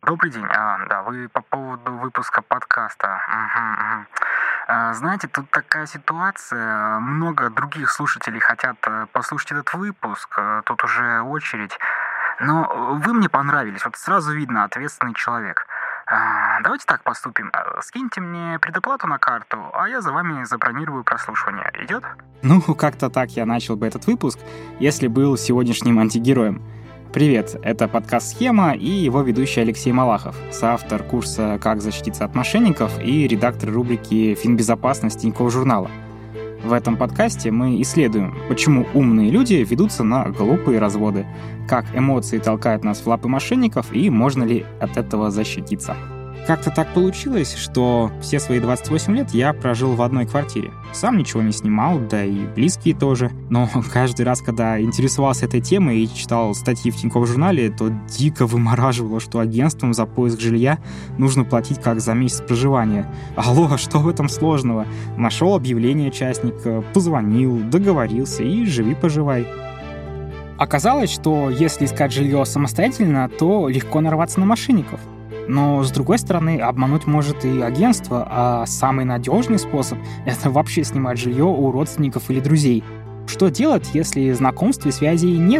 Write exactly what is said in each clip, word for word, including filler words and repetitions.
Добрый день. А, да, вы по поводу выпуска подкаста. Мгм, мгм. А, знаете, тут такая ситуация. Много других слушателей хотят э, послушать этот выпуск. э, Тут уже очередь. Но вы мне понравились. Вот сразу видно, ответственный человек. А, давайте так поступим. А, Скиньте мне предоплату на карту, а я за вами забронирую прослушивание. Идет? Ну, как-то так я начал бы этот выпуск, если был сегодняшним антигероем. Привет, это подкаст «Схема» и его ведущий Алексей Малахов, соавтор курса «Как защититься от мошенников» и редактор рубрики «Финбезопасность» Тинькофф журнала. В этом подкасте мы исследуем, почему умные люди ведутся на глупые разводы, как эмоции толкают нас в лапы мошенников и можно ли от этого защититься. Как-то так получилось, что все свои двадцать восемь лет я прожил в одной квартире. Сам ничего не снимал, да и близкие тоже. Но каждый раз, когда интересовался этой темой и читал статьи в Тинькофф журнале, то дико вымораживало, что агентствам за поиск жилья нужно платить как за месяц проживания. Алло, что в этом сложного? Нашел объявление частника, позвонил, договорился и живи-поживай. Оказалось, что если искать жилье самостоятельно, то легко нарваться на мошенников. Но, с другой стороны, обмануть может и агентство, а самый надежный способ — это вообще снимать жилье у родственников или друзей. Что делать, если знакомств и связей нет?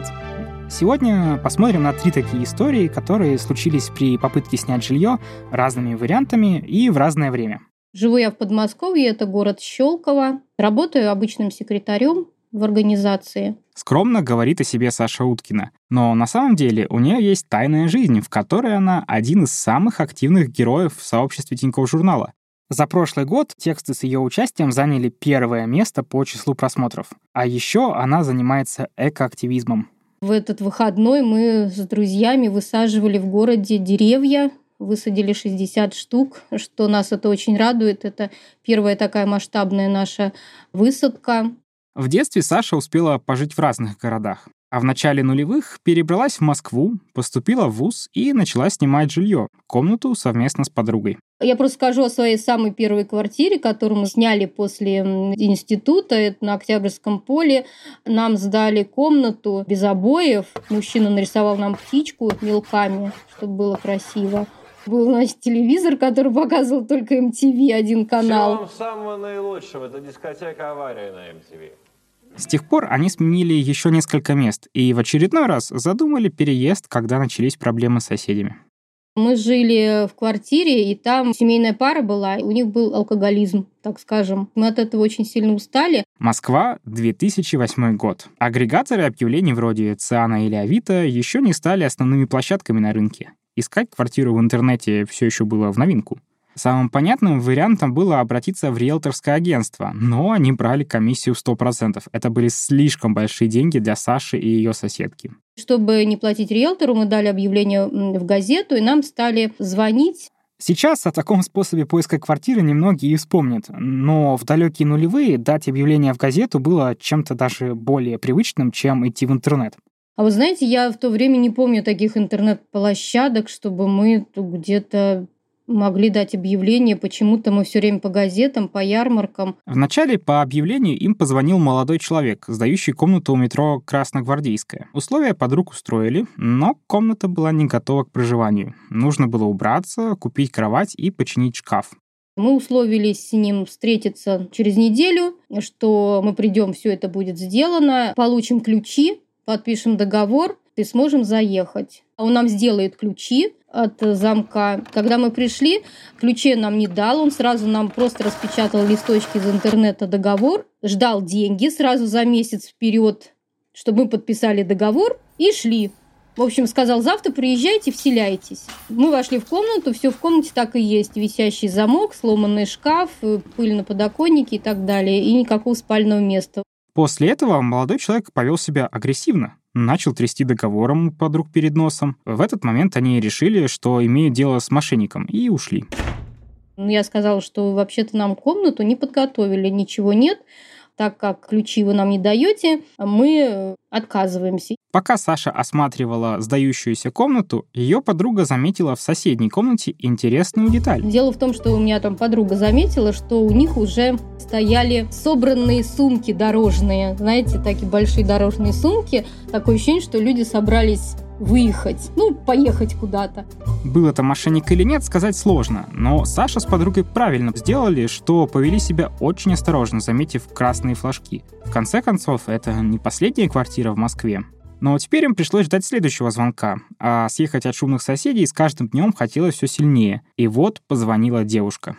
Сегодня посмотрим на три такие истории, которые случились при попытке снять жилье разными вариантами и в разное время. Живу я в Подмосковье, это город Щелково. Работаю обычным секретарем в организации. Скромно говорит о себе Саша Уткина. Но на самом деле у нее есть тайная жизнь, в которой она один из самых активных героев в сообществе Тинькофф журнала. За прошлый год тексты с ее участием заняли первое место по числу просмотров. А еще она занимается экоактивизмом. В этот выходной мы с друзьями высаживали в городе деревья. Высадили шестьдесят штук, что нас это очень радует. Это первая такая масштабная наша высадка. В детстве Саша успела пожить в разных городах, а в начале нулевых перебралась в Москву, поступила в вуз и начала снимать жилье, комнату совместно с подругой. Я просто скажу о своей самой первой квартире, которую мы сняли после института, это на Октябрьском поле. Нам сдали комнату без обоев. Мужчина нарисовал нам птичку мелками, чтобы было красиво. Был, значит, телевизор, который показывал только эм ти ви, один канал. Всего вам самого наилучшего. Это дискотека «Авария» на эм ти ви. С тех пор они сменили еще несколько мест и в очередной раз задумали переезд, когда начались проблемы с соседями. Мы жили в квартире, и там семейная пара была, у них был алкоголизм, так скажем. Мы от этого очень сильно устали. Москва, две тысячи восьмой год. Агрегаторы объявлений вроде Циана или Авито еще не стали основными площадками на рынке. Искать квартиру в интернете все еще было в новинку. Самым понятным вариантом было обратиться в риэлторское агентство, но они брали комиссию в сто процентов. Это были слишком большие деньги для Саши и ее соседки. Чтобы не платить риэлтору, мы дали объявление в газету, и нам стали звонить. Сейчас о таком способе поиска квартиры немногие и вспомнят, но в далекие нулевые дать объявление в газету было чем-то даже более привычным, чем идти в интернет. А вы знаете, я в то время не помню таких интернет-площадок, чтобы мы где-то могли дать объявление. Почему-то мы все время по газетам, по ярмаркам. Вначале по объявлению им позвонил молодой человек, сдающий комнату у метро Красногвардейская. Условия подруг устроили, но комната была не готова к проживанию. Нужно было убраться, купить кровать и починить шкаф. Мы условились с ним встретиться через неделю, что мы придем, все это будет сделано, получим ключи, подпишем договор и сможем заехать. Он нам сделает ключи от замка. Когда мы пришли, ключи нам не дал, он сразу нам просто распечатал листочки из интернета договор, ждал деньги сразу за месяц вперед, чтобы мы подписали договор и шли. В общем, сказал, завтра приезжайте, вселяйтесь. Мы вошли в комнату, все в комнате так и есть. Висящий замок, сломанный шкаф, пыль на подоконнике и так далее, и никакого спального места. После этого молодой человек повел себя агрессивно. Начал трясти договором у подруг перед носом. В этот момент они решили, что имеют дело с мошенником, и ушли. Я сказала, что вообще-то нам комнату не подготовили, ничего нет. Так как ключи вы нам не даете, мы отказываемся. Пока Саша осматривала сдающуюся комнату, ее подруга заметила в соседней комнате интересную деталь. Дело в том, что у меня там подруга заметила, что у них уже стояли собранные сумки дорожные. Знаете, такие большие дорожные сумки. Такое ощущение, что люди собрались выехать, ну, поехать куда-то. Был это мошенник или нет, сказать сложно, но Саша с подругой правильно сделали, что повели себя очень осторожно, заметив красные флажки. В конце концов, это не последняя квартира в Москве. Но теперь им пришлось ждать следующего звонка, а съехать от шумных соседей с каждым днем хотелось все сильнее. И вот позвонила девушка.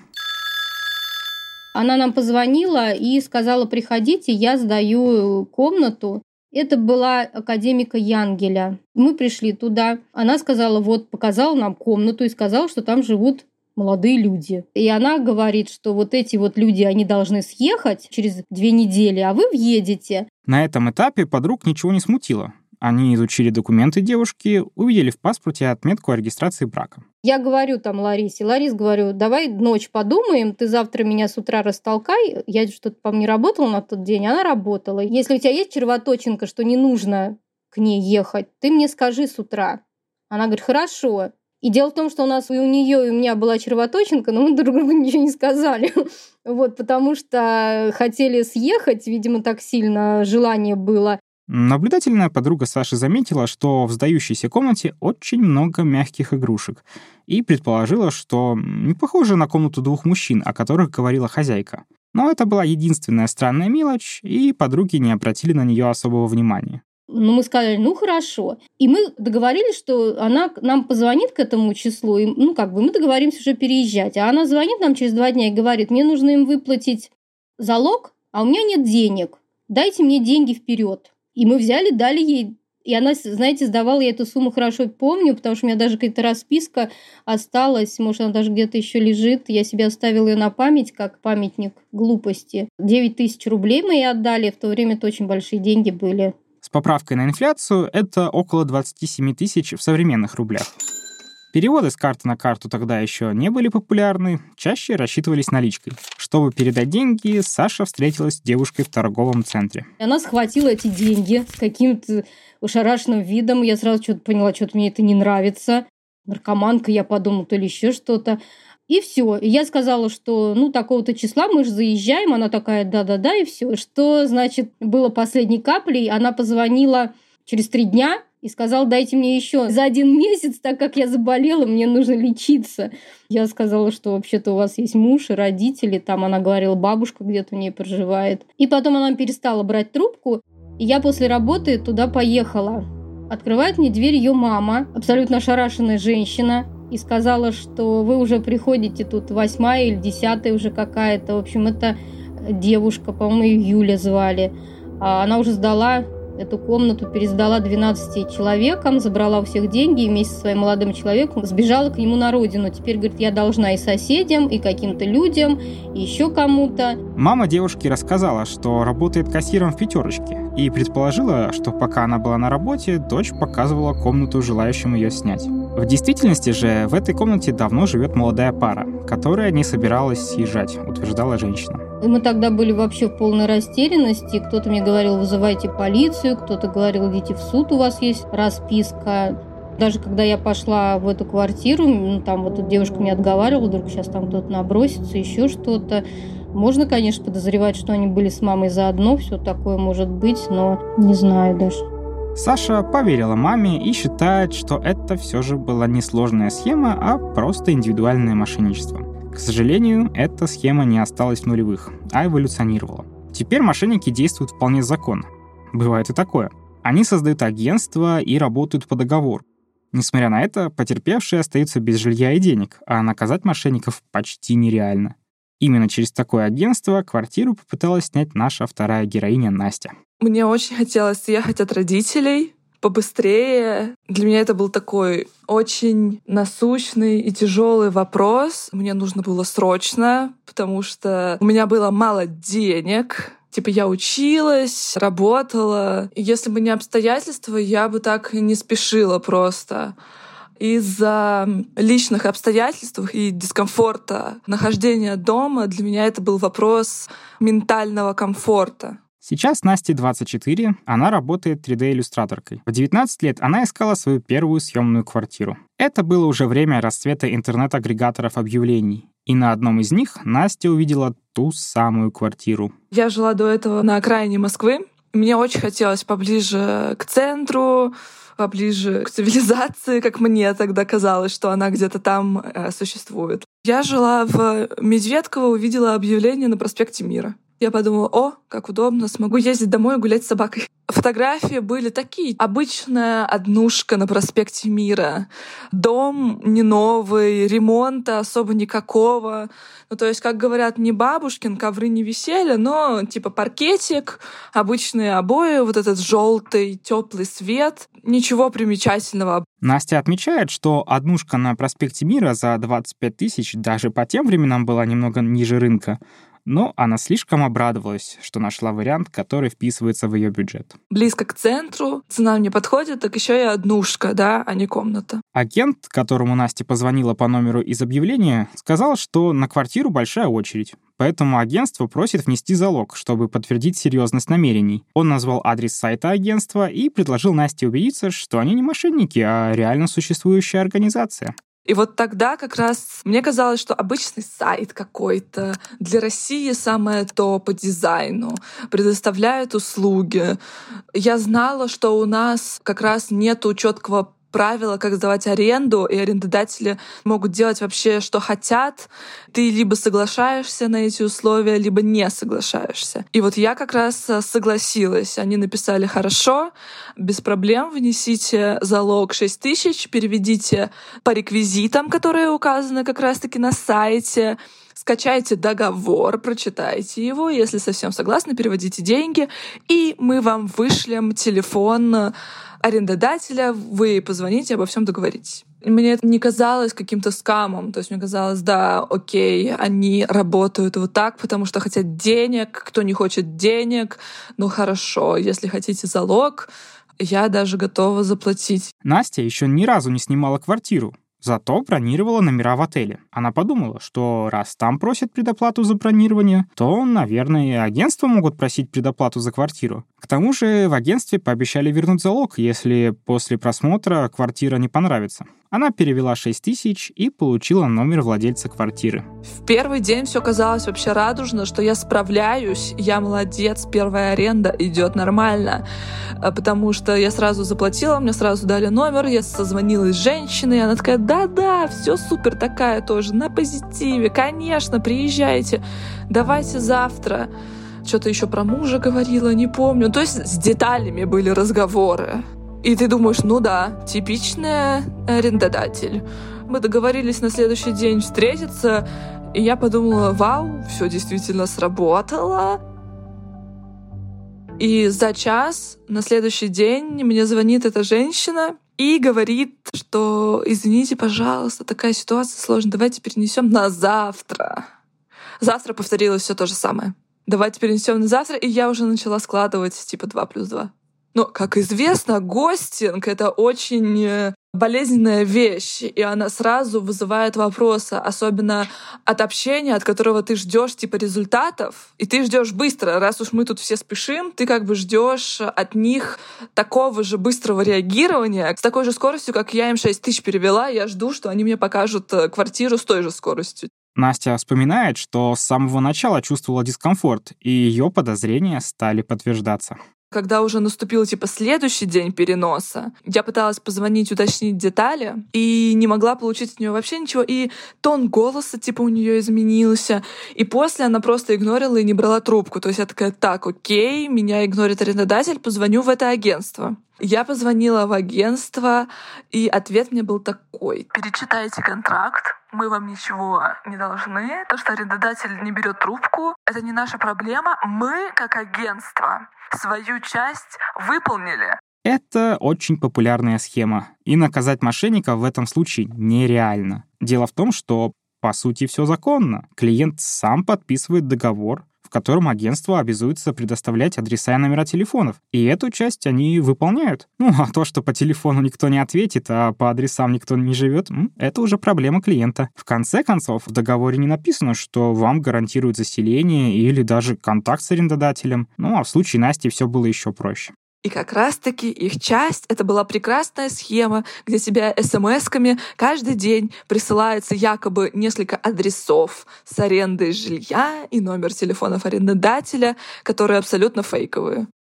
Она нам позвонила и сказала: приходите, я сдаю комнату. Это была академика Янгеля. Мы пришли туда. Она сказала, вот, показала нам комнату и сказала, что там живут молодые люди. И она говорит, что вот эти вот люди, они должны съехать через две недели, а вы въедете. На этом этапе подруг ничего не смутило. Они изучили документы девушки, увидели в паспорте отметку о регистрации брака. Я говорю там Ларисе, Ларис, говорю, давай ночь подумаем, ты завтра меня с утра растолкай. Я что-то, по-моему, не работала на тот день, она работала. Если у тебя есть червоточинка, что не нужно к ней ехать, ты мне скажи с утра. Она говорит, хорошо. И дело в том, что у нас и у нее, и у меня была червоточинка, но мы друг другу ничего не сказали. Вот, потому что хотели съехать, видимо, так сильно желание было. Наблюдательная подруга Саши заметила, что в сдающейся комнате очень много мягких игрушек, и предположила, что не похоже на комнату двух мужчин, о которых говорила хозяйка. Но это была единственная странная мелочь, и подруги не обратили на нее особого внимания. Ну, мы сказали, ну, хорошо. И мы договорились, что она нам позвонит к этому числу, и, ну, как бы мы договоримся уже переезжать. А она звонит нам через два дня и говорит, мне нужно им выплатить залог, а у меня нет денег. Дайте мне деньги вперед. И мы взяли, дали ей. И она, знаете, сдавала, я эту сумму хорошо помню, потому что у меня даже какая-то расписка осталась, может, она даже где-то еще лежит. Я себе оставила ее на память, как памятник глупости. девять тысяч рублей мы ей отдали, в то время это очень большие деньги были. С поправкой на инфляцию это около двадцать семь тысяч в современных рублях. Переводы с карты на карту тогда еще не были популярны, чаще рассчитывались наличкой. Чтобы передать деньги, Саша встретилась с девушкой в торговом центре. Она схватила эти деньги с каким-то ошарашенным видом. Я сразу что-то поняла, что-то мне это не нравится. Наркоманка, я подумала, то ли еще что-то. И все. И я сказала, что ну такого-то числа мы же заезжаем. Она такая, да-да-да, и все. Что, значит, было последней каплей? Она позвонила через три дня и сказала, дайте мне еще за один месяц, так как я заболела, мне нужно лечиться. Я сказала, что вообще-то у вас есть муж и родители. Там она говорила, бабушка где-то у нее проживает. И потом она перестала брать трубку. И я после работы туда поехала. Открывает мне дверь ее мама, абсолютно ошарашенная женщина, и сказала, что вы уже приходите тут восьмая или десятая уже какая-то. В общем, это девушка, по-моему, ее Юля звали. Она уже сдала эту комнату, пересдала двенадцати человекам, забрала у всех деньги и вместе со своим молодым человеком сбежала к нему на родину. Теперь, говорит, я должна и соседям, и каким-то людям, и еще кому-то. Мама девушки рассказала, что работает кассиром в «Пятерочке», и предположила, что пока она была на работе, дочь показывала комнату желающим ее снять. В действительности же в этой комнате давно живет молодая пара, которая не собиралась съезжать, утверждала женщина. И мы тогда были вообще в полной растерянности. Кто-то мне говорил, вызывайте полицию, кто-то говорил, идите в суд, у вас есть расписка. Даже когда я пошла в эту квартиру, ну, там вот эта девушка меня отговаривала, вдруг сейчас там кто-то набросится, еще что-то. Можно, конечно, подозревать, что они были с мамой заодно, все такое может быть, но не знаю даже. Саша поверила маме и считает, что это все же была не сложная схема, а просто индивидуальное мошенничество. К сожалению, эта схема не осталась в нулевых, а эволюционировала. Теперь мошенники действуют вполне законно. Бывает и такое. Они создают агентство и работают по договору. Несмотря на это, потерпевшие остаются без жилья и денег, а наказать мошенников почти нереально. Именно через такое агентство квартиру попыталась снять наша вторая героиня Настя. Мне очень хотелось съехать от родителей побыстрее. Для меня это был такой очень насущный и тяжелый вопрос. Мне нужно было срочно, потому что у меня было мало денег. Типа я училась, работала. И если бы не обстоятельства, я бы так не спешила просто. Из-за личных обстоятельств и дискомфорта нахождения дома для меня это был вопрос ментального комфорта. Сейчас Насте двадцать четыре, она работает три дэ-иллюстраторкой. В девятнадцать лет она искала свою первую съемную квартиру. Это было уже время расцвета интернет-агрегаторов объявлений. И на одном из них Настя увидела ту самую квартиру. Я жила до этого на окраине Москвы. Мне очень хотелось поближе к центру, поближе к цивилизации, как мне тогда казалось, что она где-то там э, существует. Я жила в Медведково, увидела объявление на проспекте Мира. Я подумала, о, как удобно, смогу ездить домой и гулять с собакой. Фотографии были такие. Обычная однушка на проспекте Мира. Дом не новый, ремонта особо никакого. Ну, то есть, как говорят, не бабушкин, ковры не висели, но типа паркетик, обычные обои, вот этот желтый теплый свет. Ничего примечательного. Настя отмечает, что однушка на проспекте Мира за двадцать пять тысяч даже по тем временам была немного ниже рынка. Но она слишком обрадовалась, что нашла вариант, который вписывается в ее бюджет. Близко к центру, цена мне подходит, так еще и однушка, да, а не комната. Агент, которому Настя позвонила по номеру из объявления, сказал, что на квартиру большая очередь. Поэтому агентство просит внести залог, чтобы подтвердить серьезность намерений. Он назвал адрес сайта агентства и предложил Насте убедиться, что они не мошенники, а реально существующая организация. И вот тогда как раз мне казалось, что обычный сайт какой-то для России самое то по дизайну, предоставляет услуги. Я знала, что у нас как раз нету четкого правила, как сдавать аренду, и арендодатели могут делать вообще, что хотят. Ты либо соглашаешься на эти условия, либо не соглашаешься. И вот я как раз согласилась. Они написали: хорошо, без проблем, внесите залог шесть тысяч, переведите по реквизитам, которые указаны как раз-таки на сайте, скачайте договор, прочитайте его, если совсем согласны, переводите деньги, и мы вам вышлем телефон арендодателя, вы позвоните, обо всем договоритесь. Мне это не казалось каким-то скамом, то есть мне казалось, да, окей, они работают вот так, потому что хотят денег, кто не хочет денег, ну хорошо, если хотите залог, я даже готова заплатить. Настя еще ни разу не снимала квартиру. Зато бронировала номера в отеле. Она подумала, что раз там просят предоплату за бронирование, то, наверное, и агентства могут просить предоплату за квартиру. К тому же в агентстве пообещали вернуть залог, если после просмотра квартира не понравится. Она перевела шесть тысяч и получила номер владельца квартиры. В первый день все казалось вообще радужно, что я справляюсь, я молодец, первая аренда идет нормально. Потому что я сразу заплатила, мне сразу дали номер, я созвонилась с женщиной, она такая: да-да, все супер, такая тоже, на позитиве, конечно, приезжайте, давайте завтра. Что-то еще про мужа говорила, не помню. То есть с деталями были разговоры. И ты думаешь, ну да, типичный арендодатель. Мы договорились на следующий день встретиться, и я подумала: вау, все действительно сработало. И за час на следующий день мне звонит эта женщина и говорит, что извините, пожалуйста, такая ситуация сложная, давайте перенесем на завтра. Завтра повторилось все то же самое. Давайте перенесем на завтра, и я уже начала складывать типа два плюс два. Но, как известно, гостинг — это очень болезненная вещь, и она сразу вызывает вопросы, особенно от общения, от которого ты ждешь типа результатов, и ты ждешь быстро. Раз уж мы тут все спешим, ты как бы ждешь от них такого же быстрого реагирования, с такой же скоростью, как я им шесть тысяч перевела, я жду, что они мне покажут квартиру с той же скоростью. Настя вспоминает, что с самого начала чувствовала дискомфорт, и ее подозрения стали подтверждаться. Когда уже наступил типа следующий день переноса, я пыталась позвонить, уточнить детали, и не могла получить от нее вообще ничего. И тон голоса типа у нее изменился. И после она просто игнорила и не брала трубку. То есть я такая: так, окей, меня игнорит арендодатель, позвоню в это агентство. Я позвонила в агентство, и ответ мне был такой: перечитайте контракт, мы вам ничего не должны. То, что арендодатель не берет трубку, это не наша проблема. Мы, как агентство, свою часть выполнили. Это очень популярная схема, и наказать мошенника в этом случае нереально. Дело в том, что, по сути, все законно. Клиент сам подписывает договор, в котором агентство обязуется предоставлять адреса и номера телефонов. И эту часть они выполняют. Ну, а то, что по телефону никто не ответит, а по адресам никто не живет, это уже проблема клиента. В конце концов, в договоре не написано, что вам гарантируют заселение или даже контакт с арендодателем. Ну, а в случае Насти все было еще проще. И как раз-таки их часть — это была прекрасная схема, где тебе эс-эм-эсками каждый день присылается якобы несколько адресов с арендой жилья и номер телефонов арендодателя, которые абсолютно фейковые.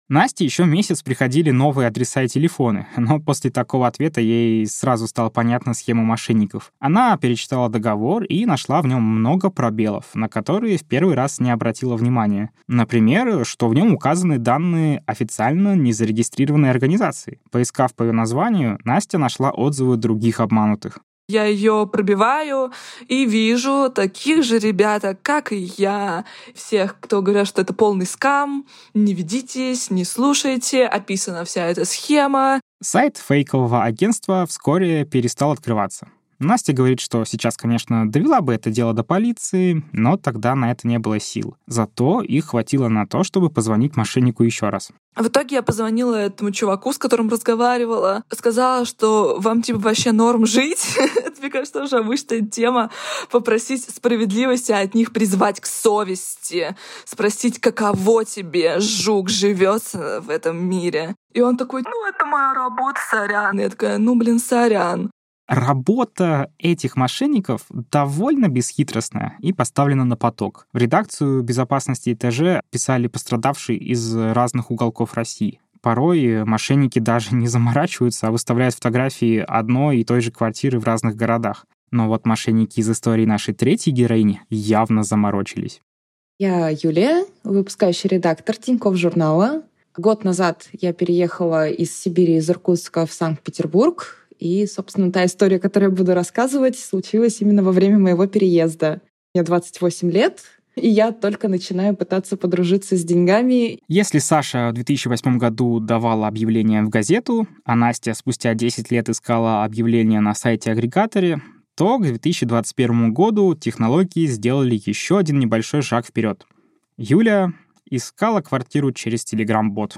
Насте еще месяц приходили новые адреса и телефоны, но после такого ответа ей сразу стала понятна схема мошенников. Она перечитала договор и нашла в нем много пробелов, на которые в первый раз не обратила внимания. Например, что в нем указаны данные официально незарегистрированной организации. Поискав по ее названию, Настя нашла отзывы других обманутых. Я ее пробиваю и вижу таких же ребят, как и я. Всех, кто говорят, что это полный скам, не ведитесь, не слушайте, описана вся эта схема. Сайт фейкового агентства вскоре перестал открываться. Настя говорит, что сейчас, конечно, довела бы это дело до полиции, но тогда на это не было сил. Зато их хватило на то, чтобы позвонить мошеннику еще раз. В итоге я позвонила этому чуваку, с которым разговаривала, сказала, что вам типа вообще норм жить. Это, мне кажется, уже обычная тема. Попросить справедливости от них, призвать к совести, спросить, каково тебе, жук, живется в этом мире. И он такой: ну, это моя работа, сорян. И я такая: ну, блин, сорян. Работа этих мошенников довольно бесхитростная и поставлена на поток. В редакцию безопасности ИТЖ писали пострадавшие из разных уголков России. Порой мошенники даже не заморачиваются, а выставляют фотографии одной и той же квартиры в разных городах. Но вот мошенники из истории нашей третьей героини явно заморочились. Я Юлия, выпускающий редактор Тинькофф журнала. Год назад я переехала из Сибири, из Иркутска в Санкт-Петербург. И, собственно, та история, которую я буду рассказывать, случилась именно во время моего переезда. Мне двадцать восемь лет, и я только начинаю пытаться подружиться с деньгами. Если Саша в две тысячи восьмом году давала объявление в газету, а Настя спустя десять лет искала объявление на сайте-агрегаторе, то к две тысячи двадцать первому году технологии сделали еще один небольшой шаг вперед. Юля искала квартиру через Telegram-бот.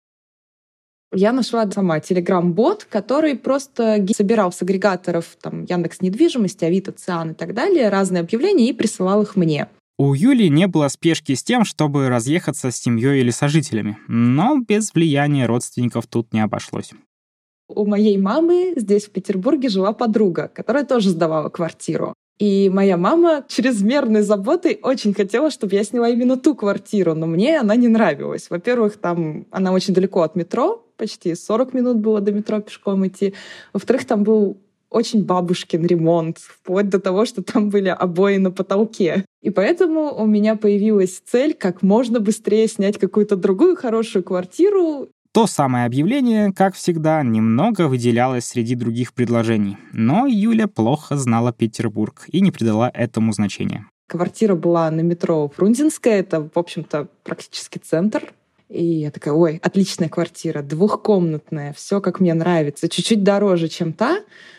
Я нашла сама Telegram-бот, который просто собирал с агрегаторов там, Яндекс.Недвижимость, Авито, Циан и так далее разные объявления и присылал их мне. У Юли не было спешки с тем, чтобы разъехаться с семьей или сожителями, но без влияния родственников тут не обошлось. У моей мамы здесь, в Петербурге, жила подруга, которая тоже сдавала квартиру. И моя мама чрезмерной заботой очень хотела, чтобы я сняла именно ту квартиру, но мне она не нравилась. Во-первых, там она очень далеко от метро, почти сорок минут было до метро пешком идти. Во-вторых, там был очень бабушкин ремонт, вплоть до того, что там были обои на потолке. И поэтому у меня появилась цель как можно быстрее снять какую-то другую хорошую квартиру. То самое объявление, как всегда, немного выделялось среди других предложений. Но Юля плохо знала Петербург и не придала этому значения. Квартира была на метро Фрунзенская, это, в общем-то, практически центр. И я такая: ой, отличная квартира, двухкомнатная, все как мне нравится, чуть-чуть дороже, чем та,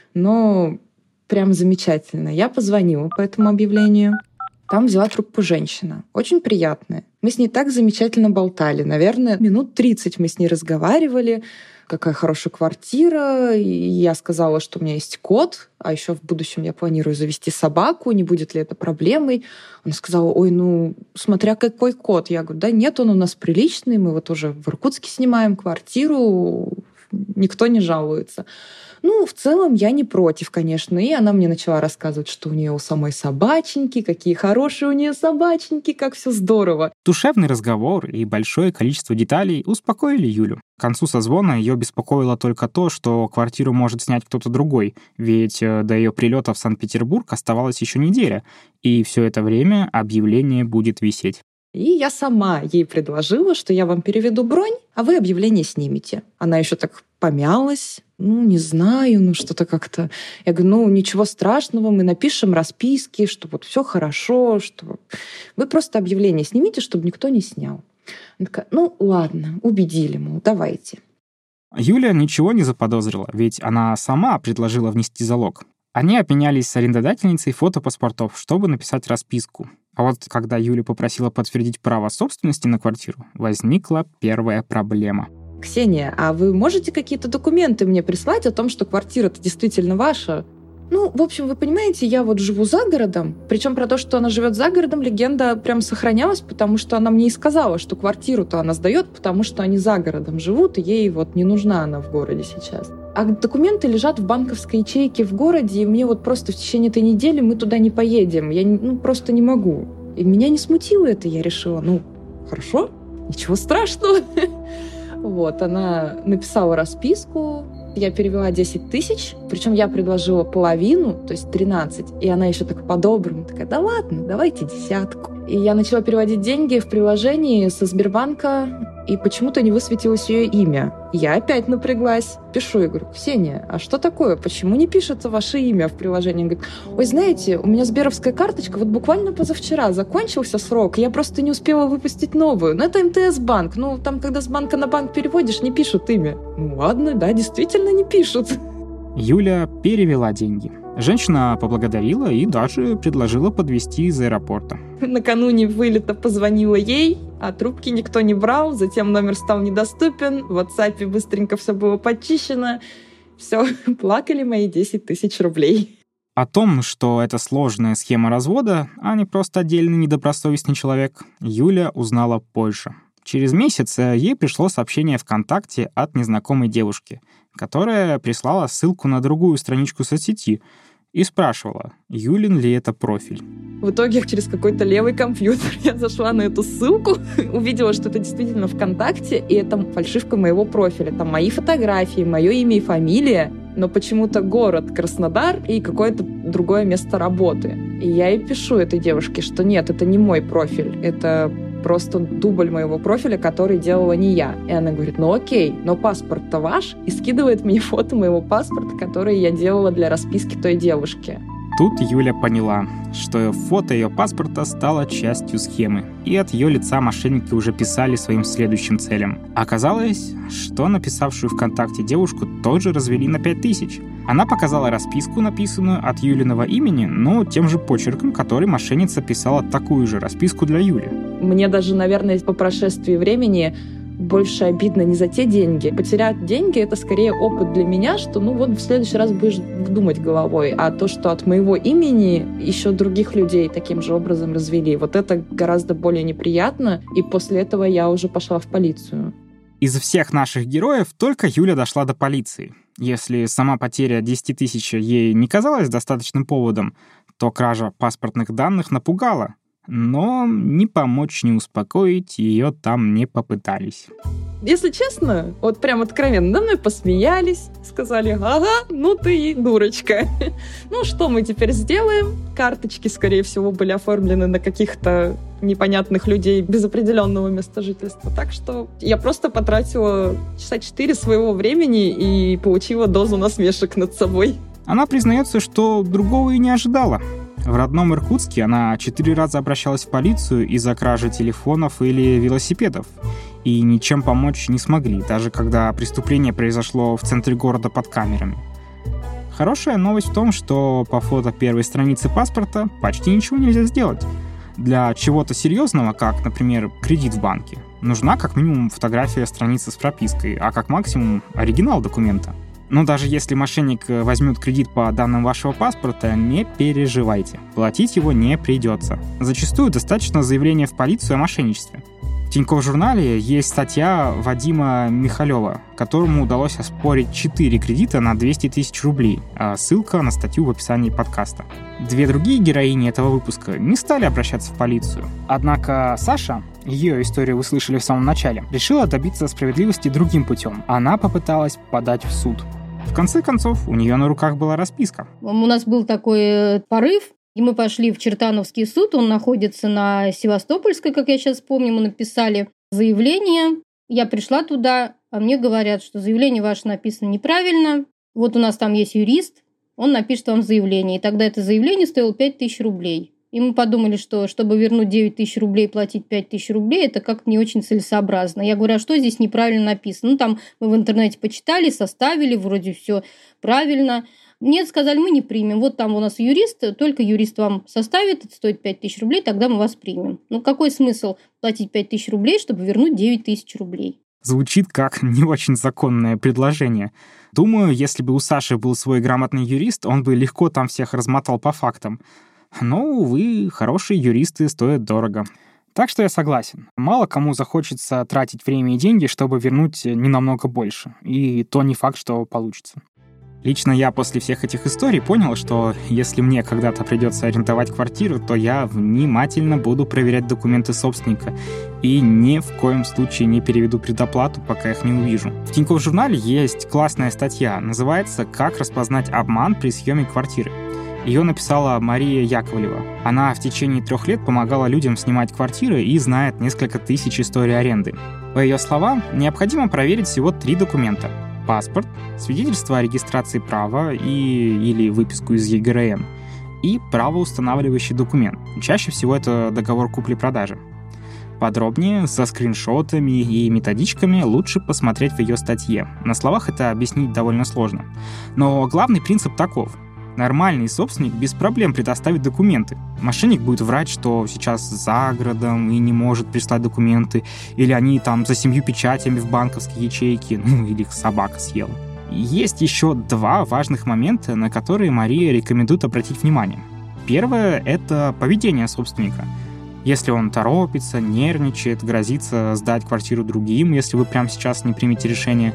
но прям замечательно. Я позвонила по этому объявлению. Там взяла трубку женщина, очень приятная. Мы с ней так замечательно болтали. Наверное, минут тридцать мы с ней разговаривали. Какая хорошая квартира. И я сказала, что у меня есть кот, а еще в будущем я планирую завести собаку, не будет ли это проблемой. Она сказала: ой, ну, смотря какой кот. Я говорю: да нет, он у нас приличный, мы вот уже в Иркутске снимаем квартиру, никто не жалуется. Ну, в целом, я не против, конечно. И она мне начала рассказывать, что у нее у самой собаченьки, какие хорошие у нее собаченьки, как все здорово. Душевный разговор и большое количество деталей успокоили Юлю. К концу созвона ее беспокоило только то, что квартиру может снять кто-то другой, ведь до ее прилета в Санкт-Петербург оставалась еще неделя, и все это время объявление будет висеть. И я сама ей предложила, что я вам переведу бронь, а вы объявление снимете. Она еще так помялась. Ну, не знаю, ну что-то как-то... Я говорю: ну, ничего страшного, мы напишем расписки, что вот все хорошо, что вы просто объявление снимите, чтобы никто не снял. Она такая: ну, ладно, убедили, мол, давайте. Юля ничего не заподозрила, ведь она сама предложила внести залог. Они обменялись с арендодательницей фотопаспортов, чтобы написать расписку. А вот когда Юля попросила подтвердить право собственности на квартиру, возникла первая проблема. Ксения, а вы можете какие-то документы мне прислать о том, что квартира-то действительно ваша? Ну, в общем, вы понимаете, я вот живу за городом. Причем про то, что она живет за городом, легенда прям сохранялась, потому что она мне и сказала, что квартиру-то она сдает, потому что они за городом живут, и ей вот не нужна она в городе сейчас. А документы лежат в банковской ячейке в городе, и мне вот просто в течение этой недели мы туда не поедем. Я ну, просто не могу. И меня не смутило это, я решила: ну, хорошо, ничего страшного. Вот, она написала расписку, я перевела десять тысяч, причем я предложила половину, то есть тринадцать, и она еще так по-доброму такая: да ладно, давайте десятку. И я начала переводить деньги в приложении со Сбербанка, и почему-то не высветилось ее имя. Я опять напряглась. Пишу и говорю: Ксения, а что такое? Почему не пишется ваше имя в приложении? Она говорит: ой, знаете, у меня сберовская карточка вот буквально позавчера закончился срок, я просто не успела выпустить новую. Но это эм тэ эс-банк. Ну, там, когда с банка на банк переводишь, не пишут имя. Ну, ладно, да, действительно не пишут. Юля перевела деньги. Женщина поблагодарила и даже предложила подвезти из аэропорта. Накануне вылета позвонила ей, а трубки никто не брал, затем номер стал недоступен, в WhatsApp быстренько все было почищено. Все, плакали мои десять тысяч рублей. О том, что это сложная схема развода, а не просто отдельный недобросовестный человек, Юля узнала позже. Через месяц ей пришло сообщение ВКонтакте от незнакомой девушки, которая прислала ссылку на другую страничку соцсети и спрашивала, Юлин ли это профиль. В итоге через какой-то левый компьютер я зашла на эту ссылку, увидела, что это действительно ВКонтакте, и это фальшивка моего профиля. Там мои фотографии, мое имя и фамилия, но почему-то город Краснодар и какое-то другое место работы. И я ей пишу этой девушке, что нет, это не мой профиль, это просто дубль моего профиля, который делала не я. И она говорит: ну окей, но паспорт-то ваш, и скидывает мне фото моего паспорта, который я делала для расписки той девушки. Тут Юля поняла, что фото ее паспорта стало частью схемы, и от ее лица мошенники уже писали своим следующим целям. Оказалось, что написавшую ВКонтакте девушку тоже развели на пять тысяч. Она показала расписку, написанную от Юлиного имени, но тем же почерком, который мошенница писала такую же расписку для Юли. Мне даже, наверное, по прошествии времени больше обидно не за те деньги. Потерять деньги — это скорее опыт для меня, что ну вот в следующий раз будешь думать головой. А то, что от моего имени еще других людей таким же образом развели, вот это гораздо более неприятно. И после этого я уже пошла в полицию. Из всех наших героев только Юля дошла до полиции. Если сама потеря десять тысяч ей не казалась достаточным поводом, то кража паспортных данных напугала. Но ни помочь, ни успокоить ее там не попытались. Если честно, вот прям откровенно, надо мной посмеялись, сказали: ага, ну ты и дурочка. Ну что мы теперь сделаем? Карточки, скорее всего, были оформлены на каких-то непонятных людей без определенного места жительства. Так что я просто потратила часа четыре своего времени и получила дозу насмешек над собой. Она признается, что другого и не ожидала. В родном Иркутске она четыре раза обращалась в полицию из-за кражи телефонов или велосипедов, и ничем помочь не смогли, даже когда преступление произошло в центре города под камерами. Хорошая новость в том, что по фото первой страницы паспорта почти ничего нельзя сделать. Для чего-то серьезного, как, например, кредит в банке, нужна как минимум фотография страницы с пропиской, а как максимум оригинал документа. Но даже если мошенник возьмет кредит по данным вашего паспорта, не переживайте. Платить его не придется. Зачастую достаточно заявления в полицию о мошенничестве. В Тинькофф журнале есть статья Вадима Михалева, которому удалось оспорить четыре кредита на двести тысяч рублей. А ссылка на статью в описании подкаста. Две другие героини этого выпуска не стали обращаться в полицию. Однако Саша, ее историю вы слышали в самом начале, решила добиться справедливости другим путем. Она попыталась подать в суд. В конце концов, у нее на руках была расписка. У нас был такой порыв, и мы пошли в Чертановский суд, он находится на Севастопольской, как я сейчас помню, мы написали заявление. Я пришла туда, а мне говорят, что заявление ваше написано неправильно. Вот у нас там есть юрист, он напишет вам заявление. И тогда это заявление стоило пять тысяч рублей. И мы подумали, что чтобы вернуть девять тысяч рублей, платить пять тысяч рублей, это как-то не очень целесообразно. Я говорю: а что здесь неправильно написано? Ну, там мы в интернете почитали, составили, вроде все правильно. Нет, сказали, мы не примем. Вот там у нас юрист, только юрист вам составит, это стоит пять тысяч рублей, тогда мы вас примем. Ну, какой смысл платить пять тысяч рублей, чтобы вернуть девять тысяч рублей? Звучит как не очень законное предложение. Думаю, если бы у Саши был свой грамотный юрист, он бы легко там всех размотал по фактам. Но, увы, хорошие юристы стоят дорого. Так что я согласен. Мало кому захочется тратить время и деньги, чтобы вернуть не намного больше. И то не факт, что получится. Лично я после всех этих историй понял, что если мне когда-то придется арендовать квартиру, то я внимательно буду проверять документы собственника и ни в коем случае не переведу предоплату, пока их не увижу. В Тинькофф журнале есть классная статья, называется «Как распознать обман при съеме квартиры». Ее написала Мария Яковлева. Она в течение трех лет помогала людям снимать квартиры и знает несколько тысяч историй аренды. По ее словам, необходимо проверить всего три документа: паспорт, свидетельство о регистрации права и, или выписку из Е Г Р Н и правоустанавливающий документ. Чаще всего это договор купли-продажи. Подробнее, со скриншотами и методичками лучше посмотреть в ее статье. На словах это объяснить довольно сложно. Но главный принцип таков. Нормальный собственник без проблем предоставит документы. Мошенник будет врать, что сейчас за городом и не может прислать документы, или они там за семью печатями в банковской ячейке, ну или их собака съела. Есть еще два важных момента, на которые Мария рекомендует обратить внимание. Первое — это поведение собственника. Если он торопится, нервничает, грозится сдать квартиру другим, если вы прямо сейчас не примете решение,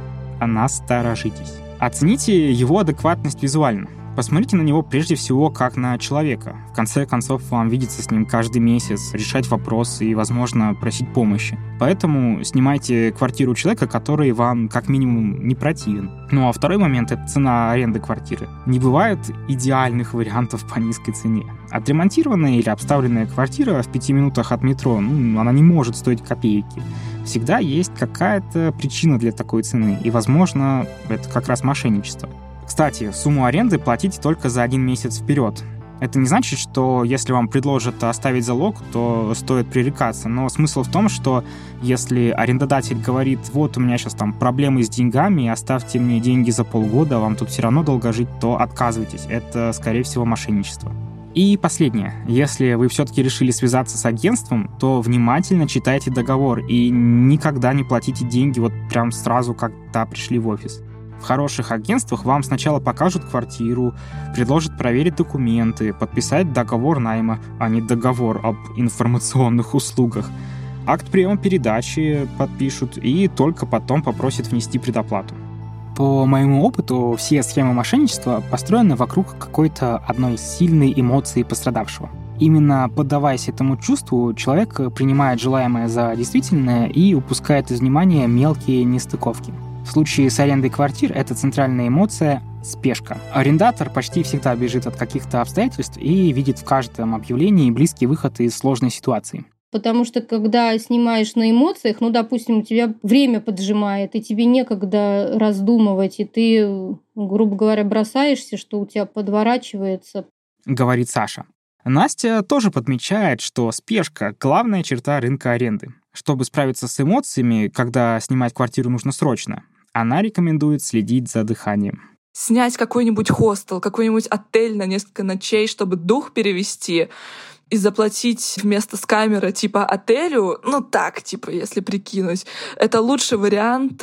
насторожитесь. Оцените его адекватность визуально. Посмотрите на него прежде всего как на человека. В конце концов, вам видеться с ним каждый месяц, решать вопросы и, возможно, просить помощи. Поэтому снимайте квартиру у человека, который вам как минимум не противен. Ну а второй момент — это цена аренды квартиры. Не бывает идеальных вариантов по низкой цене. Отремонтированная или обставленная квартира в пяти минутах от метро, ну, она не может стоить копейки. Всегда есть какая-то причина для такой цены, и, возможно, это как раз мошенничество. Кстати, сумму аренды платите только за один месяц вперед. Это не значит, что если вам предложат оставить залог, то стоит пререкаться. Но смысл в том, что если арендодатель говорит: вот у меня сейчас там проблемы с деньгами, оставьте мне деньги за полгода, вам тут все равно долго жить, то отказывайтесь. Это, скорее всего, мошенничество. И последнее. Если вы все-таки решили связаться с агентством, то внимательно читайте договор и никогда не платите деньги вот прям сразу, когда пришли в офис. В хороших агентствах вам сначала покажут квартиру, предложат проверить документы, подписать договор найма, а не договор об информационных услугах. Акт приема передачи подпишут и только потом попросят внести предоплату. По моему опыту, все схемы мошенничества построены вокруг какой-то одной сильной эмоции пострадавшего. Именно поддаваясь этому чувству, человек принимает желаемое за действительное и упускает из внимания мелкие нестыковки. В случае с арендой квартир это центральная эмоция — спешка. Арендатор почти всегда бежит от каких-то обстоятельств и видит в каждом объявлении близкий выход из сложной ситуации. Потому что когда снимаешь на эмоциях, ну, допустим, у тебя время поджимает, и тебе некогда раздумывать, и ты, грубо говоря, бросаешься, что у тебя подворачивается. Говорит Саша. Настя тоже подмечает, что спешка — главная черта рынка аренды. Чтобы справиться с эмоциями, когда снимать квартиру нужно срочно, она рекомендует следить за дыханием. Снять какой-нибудь хостел, какой-нибудь отель на несколько ночей, чтобы дух перевести, и заплатить вместо с камеры типа отелю, ну так, типа, если прикинуть, это лучший вариант,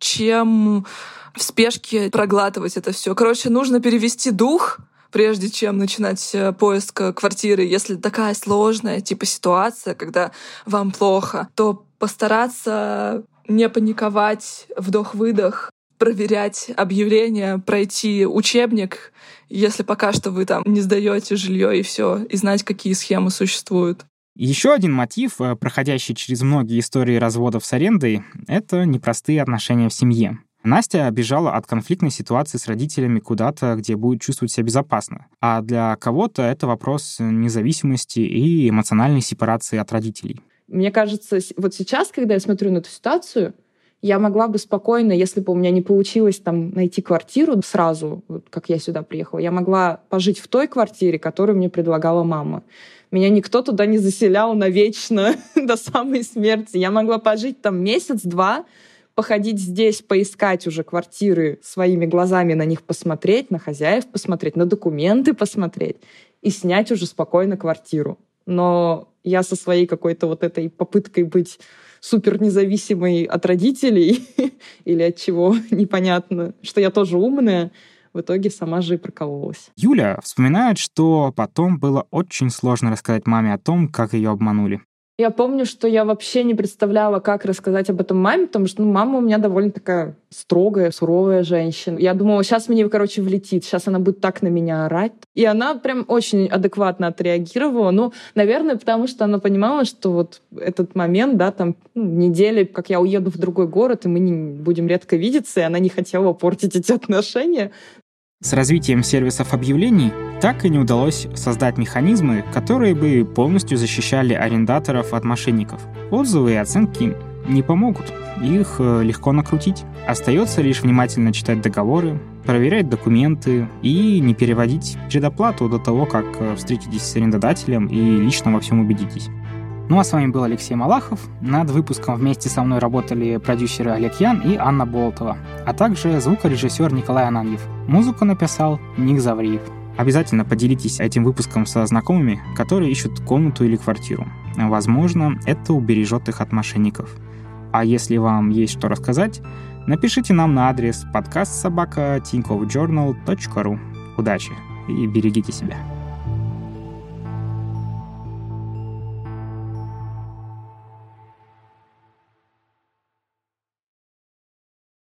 чем в спешке проглатывать это все. Короче, нужно перевести дух, прежде чем начинать поиск квартиры. Если такая сложная типа ситуация, когда вам плохо, то постараться не паниковать, вдох-выдох, проверять объявления, пройти учебник, если пока что вы там не сдаете жилье и все, и знать, какие схемы существуют. Еще один мотив, проходящий через многие истории разводов с арендой, это непростые отношения в семье. Настя бежала от конфликтной ситуации с родителями куда-то, где будет чувствовать себя безопасно. А для кого-то это вопрос независимости и эмоциональной сепарации от родителей. Мне кажется, вот сейчас, когда я смотрю на эту ситуацию, я могла бы спокойно, если бы у меня не получилось там найти квартиру сразу, вот как я сюда приехала, я могла пожить в той квартире, которую мне предлагала мама. Меня никто туда не заселял навечно до самой смерти. Я могла пожить там месяц-два, походить здесь, поискать уже квартиры, своими глазами на них посмотреть, на хозяев посмотреть, на документы посмотреть и снять уже спокойно квартиру. Но я со своей какой-то вот этой попыткой быть супер независимой от родителей или от чего, непонятно, что я тоже умная, в итоге сама же и прокололась. Юля вспоминает, что потом было очень сложно рассказать маме о том, как ее обманули. Я помню, что я вообще не представляла, как рассказать об этом маме, потому что ну, мама у меня довольно такая строгая, суровая женщина. Я думала, сейчас мне, короче, влетит, сейчас она будет так на меня орать. И она прям очень адекватно отреагировала. Ну, наверное, потому что она понимала, что вот этот момент, да, там, ну, недели, как я уеду в другой город, и мы не будем редко видеться, и она не хотела портить эти отношения. С развитием сервисов объявлений так и не удалось создать механизмы, которые бы полностью защищали арендаторов от мошенников. Отзывы и оценки не помогут, их легко накрутить. Остается лишь внимательно читать договоры, проверять документы и не переводить предоплату до того, как встретитесь с арендодателем и лично во всем убедитесь. Ну а с вами был Алексей Малахов. Над выпуском вместе со мной работали продюсеры Олег Ян и Анна Болтова, а также звукорежиссер Николай Ананьев. Музыку написал Ник Завриев. Обязательно поделитесь этим выпуском со знакомыми, которые ищут комнату или квартиру. Возможно, это убережет их от мошенников. А если вам есть что рассказать, напишите нам на адрес подкаст собака тинькофф джорнал точка ру. Удачи и берегите себя.